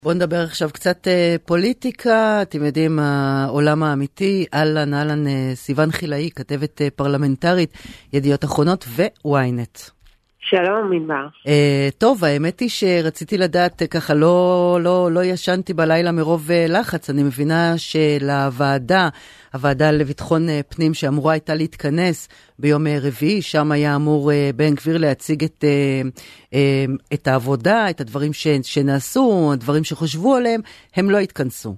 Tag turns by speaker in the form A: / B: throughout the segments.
A: בואו נדבר עכשיו קצת פוליטיקה. אתם יודעים, העולם האמיתי. אהלן סיוון חילאי, כתבת פרלמנטרית, ידיעות אחרונות וויינט.
B: שלום, מנבר.
A: טוב, האמת היא שרציתי לדעת, ככה לא ישנתי בלילה מרוב לחץ. אני מבינה הוועדה לביטחון פנים שאמורה הייתה להתכנס ביום רביעי, שם היה אמור בן גביר להציג את העבודה, את הדברים שנעשו, הדברים שחושבו עליהם, הם לא התכנסו.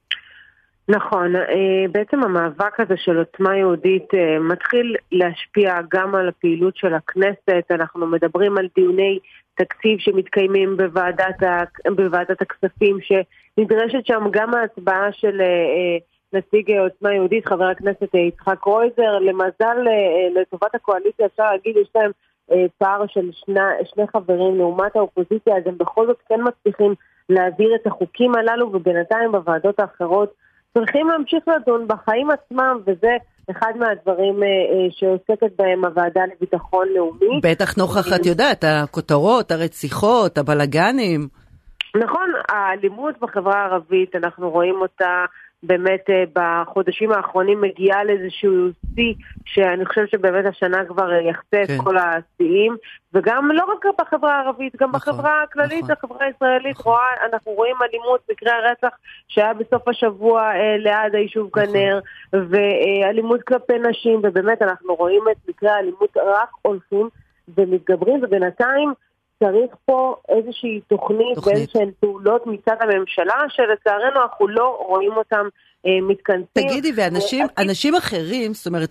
B: נכון, בעצם המאבק הזה של עוצמה יהודית מתחיל להשפיע גם על הפעילות של הכנסת. אנחנו מדברים על דיוני תקציב שמתקיימים בוועדת הכספים, שנדרשת שם גם ההצבעה של נציג עוצמה יהודית, חבר הכנסת יצחק קרויזר. למזל, לטובת הקואליציה, אפשר להגיד, יש להם פער של שני חברים לעומת האופוזיציה, אז הם בכל זאת כן מצליחים להעביר את החוקים הללו, ובינתיים בוועדות האחרות צריכים להמשיך לדון בחיים עצמם, וזה אחד מהדברים שעוסקת בהם הוועדה לביטחון לאומי.
A: בטח נוכח, את יודעת, הכותרות, הרציחות, הבלגנים.
B: נכון, האלימות בחברה הערבית, אנחנו רואים אותה באמת בחודשים האחרונים מגיעה לאיזשהו שיא, שאני חושב שבאמת השנה כבר יחצה את כל השיאים, וגם לא רק בחברה הערבית, גם בחברה הכללית, החברה הישראלית, אנחנו רואים אלימות, מקרה הרצח שהיה בסוף השבוע ליד היישוב כנר, ואלימות כלפי נשים, ובאמת אנחנו רואים את מקרה האלימות רק הולכים ומתגברים, ובינתיים צריך פה איזושהי תוכנית ואיזושהי פעולות מצד הממשלה, שלצערנו אנחנו לא רואים אותם מתכנסים.
A: תגידי, ואנשים אחרים, זאת אומרת,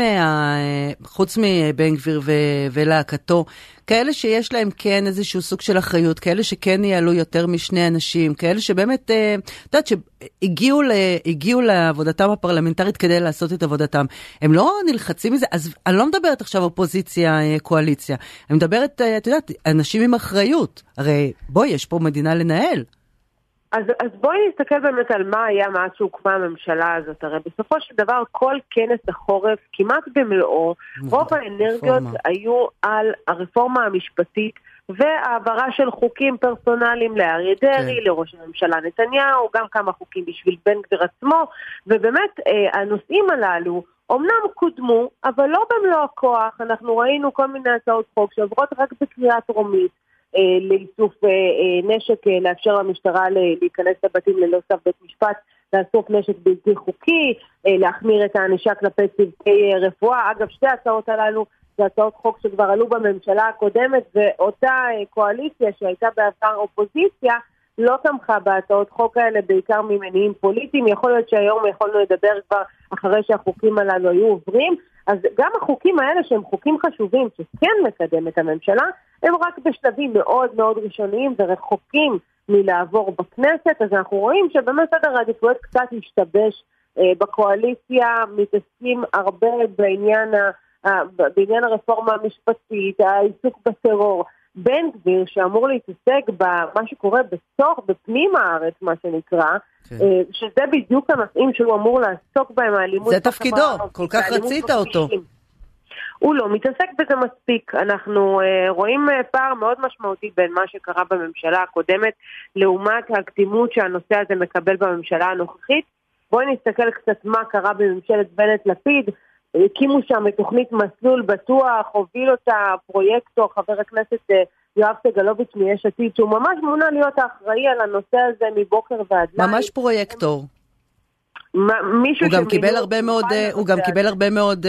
A: חוץ מבן גביר ולהקתו, כאלה שיש להם כן איזשהו סוג של אחריות, כאלה שכן יעלו יותר משני אנשים, כאלה שבאמת, יודעת, שהגיעו לעבודתם הפרלמנטרית כדי לעשות את עבודתם, הם לא נלחצים מזה. אז אני לא מדברת עכשיו אופוזיציה, קואליציה, אני מדברת, את יודעת, אנשים עם אחריות. הרי בואי, יש פה מדינה לנהל.
B: אז בואי נסתכל באמת על מה היה מאז שהוקמה הממשלה הזאת. הרי בסופו של דבר כל כנס החורף כמעט במלואו, רוב האנרגיות היו על הרפורמה המשפטית והעברה של חוקים פרסונליים לאריה דרעי, לראש הממשלה נתניהו, גם כמה חוקים בשביל בן גביר עצמו, ובאמת הנושאים הללו אומנם קודמו, אבל לא במלוא הכוח. אנחנו ראינו כל מיני הצעות חוק שעוברות רק בקריאה טרומית, לאיסוף נשק, לאפשר למשטרה להיכנס לבתים ללא צו בית משפט, לאסוף נשק בלתי חוקי, להחמיר את הענישה כלפי צוותי רפואה. אגב, שתי הצעות הללו זה הצעות חוק שכבר עלו בממשלה הקודמת, ואותה קואליציה שהייתה בעבר אופוזיציה לא תמכה בהצעות חוק האלה, בעיקר ממניעים פוליטיים. יכול להיות שהיום יכולנו לדבר כבר אחרי שהחוקים הללו היו עוברים. אז גם החוקים האלה שהם חוקים חשובים שכן מקדם את הממשלה, הם רק בשלבים מאוד מאוד ראשוניים ורחוקים מלעבור בכנסת. אז אנחנו רואים שבאמת סדר העדיפויות קצת השתבש בקואליציה, מתעסקים הרבה בעניין הרפורמה המשפטית, העיסוק בטרור. בן גביר שאמור להתעסק במה שקורה בפנים הארץ, מה שנקרא, שזה בדיוק הנושאים שהוא אמור לעסוק בהם, האלימות.
A: זה תפקידו, כל כך רצית אותו.
B: הוא לא מתעסק בזה מספיק. אנחנו רואים פער מאוד משמעותי בין מה שקרה בממשלה הקודמת לעומת הקדימות שהנושא הזה מקבל בממשלה הנוכחית. בואי נסתכל קצת מה קרה בממשלת בנט-לפיד. הקימו שם את תוכנית מסלול בטוח, הוביל אותה פרויקטור חבר הכנסת יואב סגלוביץ' מיש עתיד, שהוא ממש מונה להיות האחראי על הנושא הזה מבוקר ועד לילה. ממש
A: פרויקטור. הוא גם קיבל הרבה מאוד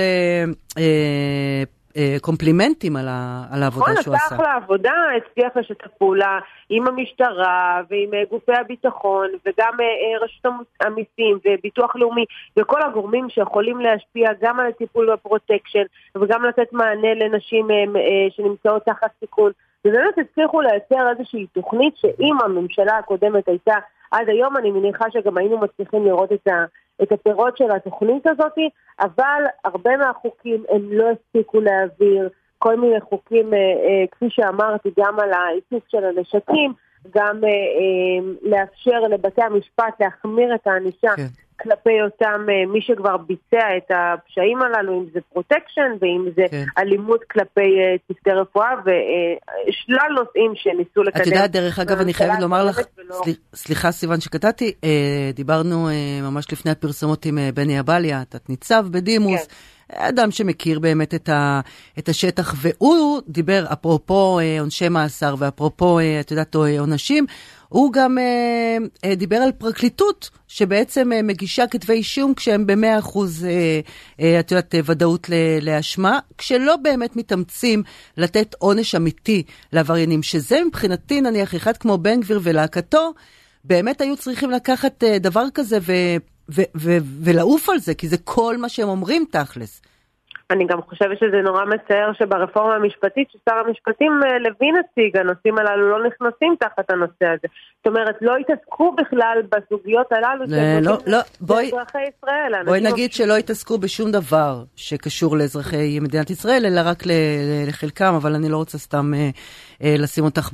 A: קומפלימנטים על העבודה שהוא עשה.
B: נכון, עשה לעבודה, הצליח לשתף פעולה עם המשטרה ועם גופי הביטחון וגם רשות המיסים וביטוח לאומי וכל הגורמים שיכולים להשפיע גם על הטיפול בפרוטקשן וגם לתת מענה לנשים שנמצאות תחת סיכון. ובאמת הצליחו לייצר איזושהי תוכנית שאם הממשלה הקודמת הייתה עד היום, אני מניחה שגם היינו מצליחים לראות את הפירות של התוכנית הזאת, אבל הרבה מהחוקים הם לא הספיקו להעביר, כל מיני חוקים, כפי שאמרתי, גם על האיסוף של הנשקים, גם לאפשר לבתי המשפט להחמיר את הענישה כלפי אותם מי שכבר ביצע את הפשעים הללו, אם זה פרוטקשן ואם זה אלימות כלפי צוותי רפואה ושלל נושאים שניסו לקדם.
A: את יודעת, דרך אגב, אני חייבת לומר לך, סליחה סיוון שקטעתי, דיברנו ממש לפני הפרסומות עם בני אבליה, תת ניצב בדימוס, אדם שמכיר באמת את השטח, והוא דיבר אפרופו עונשי מאסר ואפרופו, את יודעת, עונשים, הוא גם דיבר על פרקליטות שבעצם מגישה כתבי אישום כשהם ב100% את יודעת, ודאות להשמה, כשלא באמת מתאמצים לתת עונש אמיתי לעבריינים, שזה מבחינתי נניח אחד כמו בן גביר ולהקתו, באמת היו צריכים לקחת דבר כזה ולעוף על זה, כי זה כל מה שהם אומרים תכלס.
B: אני גם חושבת שזה נורא מצער שברפורמה המשפטית ששר המשפטים לוין הציג, הנושאים הללו לא נכנסים תחת הנושא הזה. זאת אומרת, לא התעסקו בכלל בסוגיות הללו לאזרחי ישראל.
A: בואי נגיד שלא התעסקו בשום דבר שקשור לאזרחי מדינת ישראל, אלא רק לחלקם, אבל אני לא רוצה סתם לשים אותך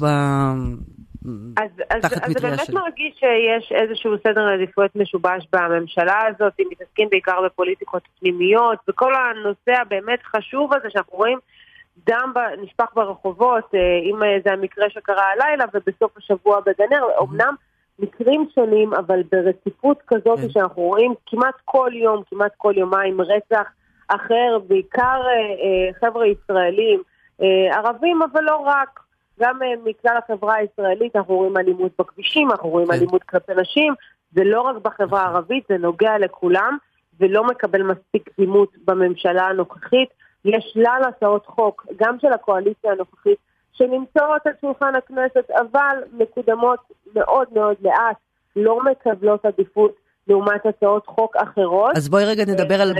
B: אז זה באמת מרגיש שיש איזשהו סדר עדיפויות משובש בממשלה הזאת, אם מתעסקים בעיקר בפוליטיקות פנימיות, וכל הנושא הבאמת חשוב הזה שאנחנו רואים דם נשפך ברחובות, אם זה המקרה שקרה הלילה ובסוף השבוע בגנר, אומנם מקרים שונים, אבל ברציפות כזאת שאנחנו רואים כמעט כל יום, כמעט כל יומיים רצח אחר, בעיקר חבר'ה ישראלים, ערבים, אבל לא רק. גם מכלל החברה הישראלית אנחנו רואים אלימות בכבישים, אנחנו רואים אלימות כלפי נשים, זה לא רק בחברה הערבית, זה נוגע לכולם, ולא מקבל מספיק קדימות בממשלה הנוכחית. יש שלל הצעות חוק, גם של הקואליציה הנוכחית, שנמצאות על שולחן הכנסת, אבל מקודמות מאוד מאוד לאט, לא מקבלות עדיפות לעומת הצעות חוק אחרות.
A: אז בואי רגע נדבר על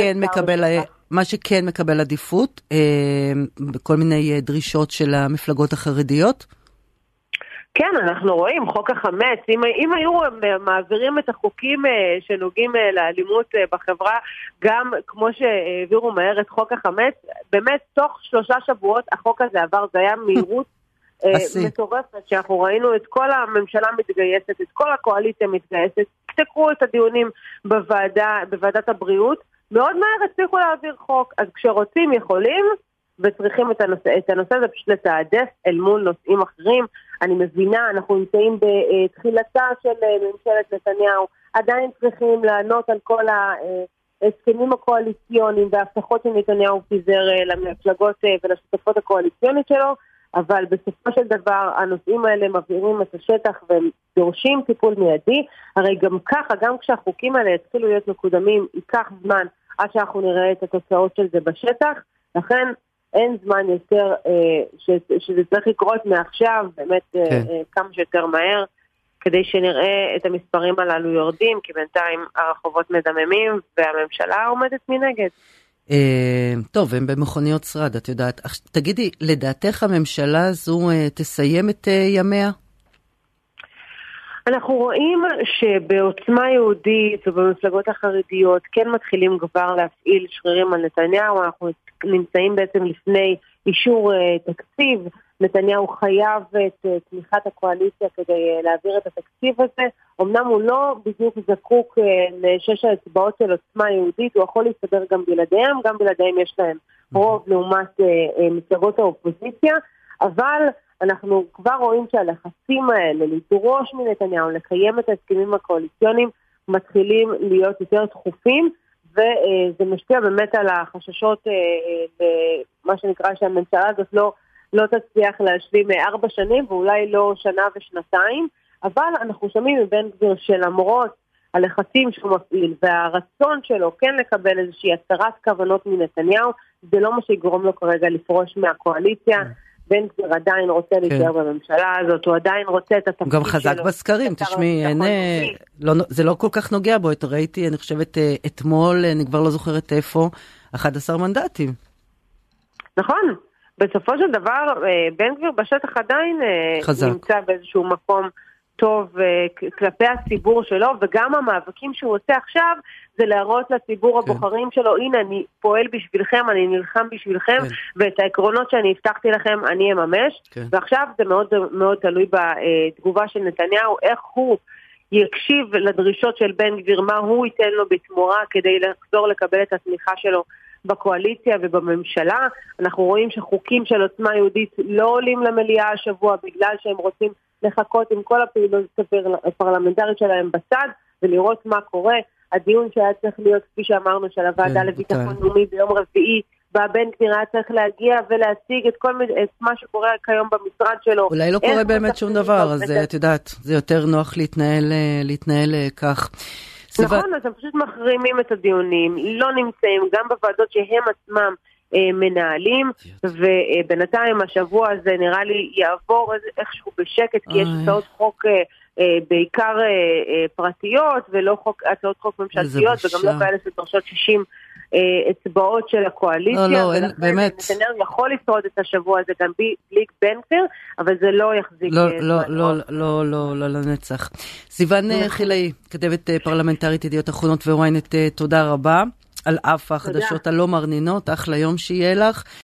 A: מה שכן מקבל עדיפות, בכל מיני דרישות של המפלגות החרדיות.
B: כן, אנחנו רואים, חוק החמץ, אם היו מעבירים את החוקים שנוגעים לאלימות בחברה, גם כמו שהעבירו מהר את חוק החמץ, באמת תוך 3 שבועות החוק הזה עבר, זה היה מהירות מטורפת, שאנחנו ראינו את כל הממשלה מתגייסת, את כל הקואליציה מתגייסת, תקראו את הדיונים בוועדת הבריאות, מאוד מהר הצליחו להעביר חוק, אז כשרוצים יכולים, וצריכים את הנושא הזה פשוט לתעדף אל מול נושאים אחרים. אני מבינה, אנחנו נמצאים בתחילתה של ממשלת נתניהו, עדיין צריכים לענות על כל ההסכמים הקואליציוניים וההבטחות של נתניהו פיזר למפלגות ולשותפות הקואליציונית שלו, אבל בסופו של דבר הנושאים האלה מבהירים את השטח והם דורשים טיפול מיידי. הרי גם ככה, גם כשהחוקים האלה יתחילו להיות מקודמים, ייקח זמן עד שאנחנו נראה את התוצאות של זה בשטח, לכן אין זמן יותר שזה צריך לקרות מעכשיו, באמת כמה שיותר מהר, כדי שנראה את המספרים הללו יורדים, כי בינתיים הרחובות מדממים והממשלה עומדת מנגד.
A: טוב, הם במכוניות שרד, את יודעת. תגידי, לדעתך הממשלה הזו תסיים את ימיה?
B: אנחנו רואים שבעוצמה יהודית ובמפלגות החרדיות כן מתחילים כבר להפעיל שרירים על נתניהו. אנחנו נמצאים בעצם לפני אישור תקציב. נתניהו חייב את תמיכת הקואליציה כדי להעביר את התקציב הזה. אמנם הוא לא בדיוק זקוק ל6 האצבעות של עוצמה יהודית, הוא יכול להסתדר גם בלעדיהם, גם בלעדיהם יש להם רוב לעומת מפלגות האופוזיציה, אבל אנחנו כבר רואים שהלחצים האלה לדרוש מנתניהו לקיים את ההסכמים הקואליציוניים מתחילים להיות יותר דחופים, וזה משפיע באמת על החששות מה שנקרא שהממשלה הזאת לא תצליח להשלים 4 שנים ואולי לא 1 ושנתיים, אבל אנחנו שומעים מבן גביר שלמרות הלחצים שהוא מפעיל והרצון שלו כן לקבל איזושהי הצהרת כוונות מנתניהו, זה לא מה שיגרום לו כרגע לפרוש מהקואליציה. בן גביר עדיין רוצה להישאר בממשלה הזאת, הוא עדיין רוצה את התפקיד שלו.
A: גם חזק בסקרים, תשמעי, זה לא כל כך נוגע בו, ראיתי, אני חושבת אתמול, אני כבר לא זוכרת איפה, 11 מנדטים.
B: נכון, בסופו של דבר, בן גביר בשטח עדיין נמצא באיזשהו מקום טוב כלפי הציבור שלו, וגם המאבקים שהוא עושה עכשיו, זה להראות לציבור הבוחרים שלו, הנה אני פועל בשבילכם, אני נלחם בשבילכם, ואת העקרונות שאני הבטחתי לכם אני אממש, ועכשיו זה מאוד מאוד תלוי בתגובה של נתניהו, איך הוא יקשיב לדרישות של בן גביר, מה הוא ייתן לו בתמורה כדי לחזור לקבל את התמיכה שלו בקואליציה ובממשלה. אנחנו רואים שחוקים של עוצמה יהודית לא עולים למליאה השבוע בגלל שהם רוצים לחכות עם כל הפעילות הפרלמנטרית שלהם בצד ולראות מה קורה. הדיון שהיה צריך להיות, כפי שאמרנו, של הוועדה לביטחון לאומי ביום רביעי, בן גביר היה צריך להגיע ולהציג את מה שקורה כיום במשרד שלו.
A: אולי לא קורה באמת שום דבר, אז את יודעת, זה יותר נוח להתנהל כך.
B: נכון, אז הם פשוט מחרימים את הדיונים, לא נמצאים גם בוועדות שהם עצמם מנהלים, ובינתיים השבוע הזה נראה לי יעבור איכשהו בשקט, כי יש הצעות חוק בעיקר פרטיות, ולא הצעות חוק ממשלתיות, וגם לא כאלה שדורשות 60 אצבעות של הקואליציה.
A: לא, באמת.
B: נתניהו יכול לשרוד את השבוע הזה גם בלי בן גביר, אבל זה לא יחזיק.
A: לא לנצח. סיוון חילאי, כתבת פרלמנטרית ידיעות אחרונות וויינט, תודה רבה. על אף החדשות הלא מרנינות, אחלה יום שיהיה לך.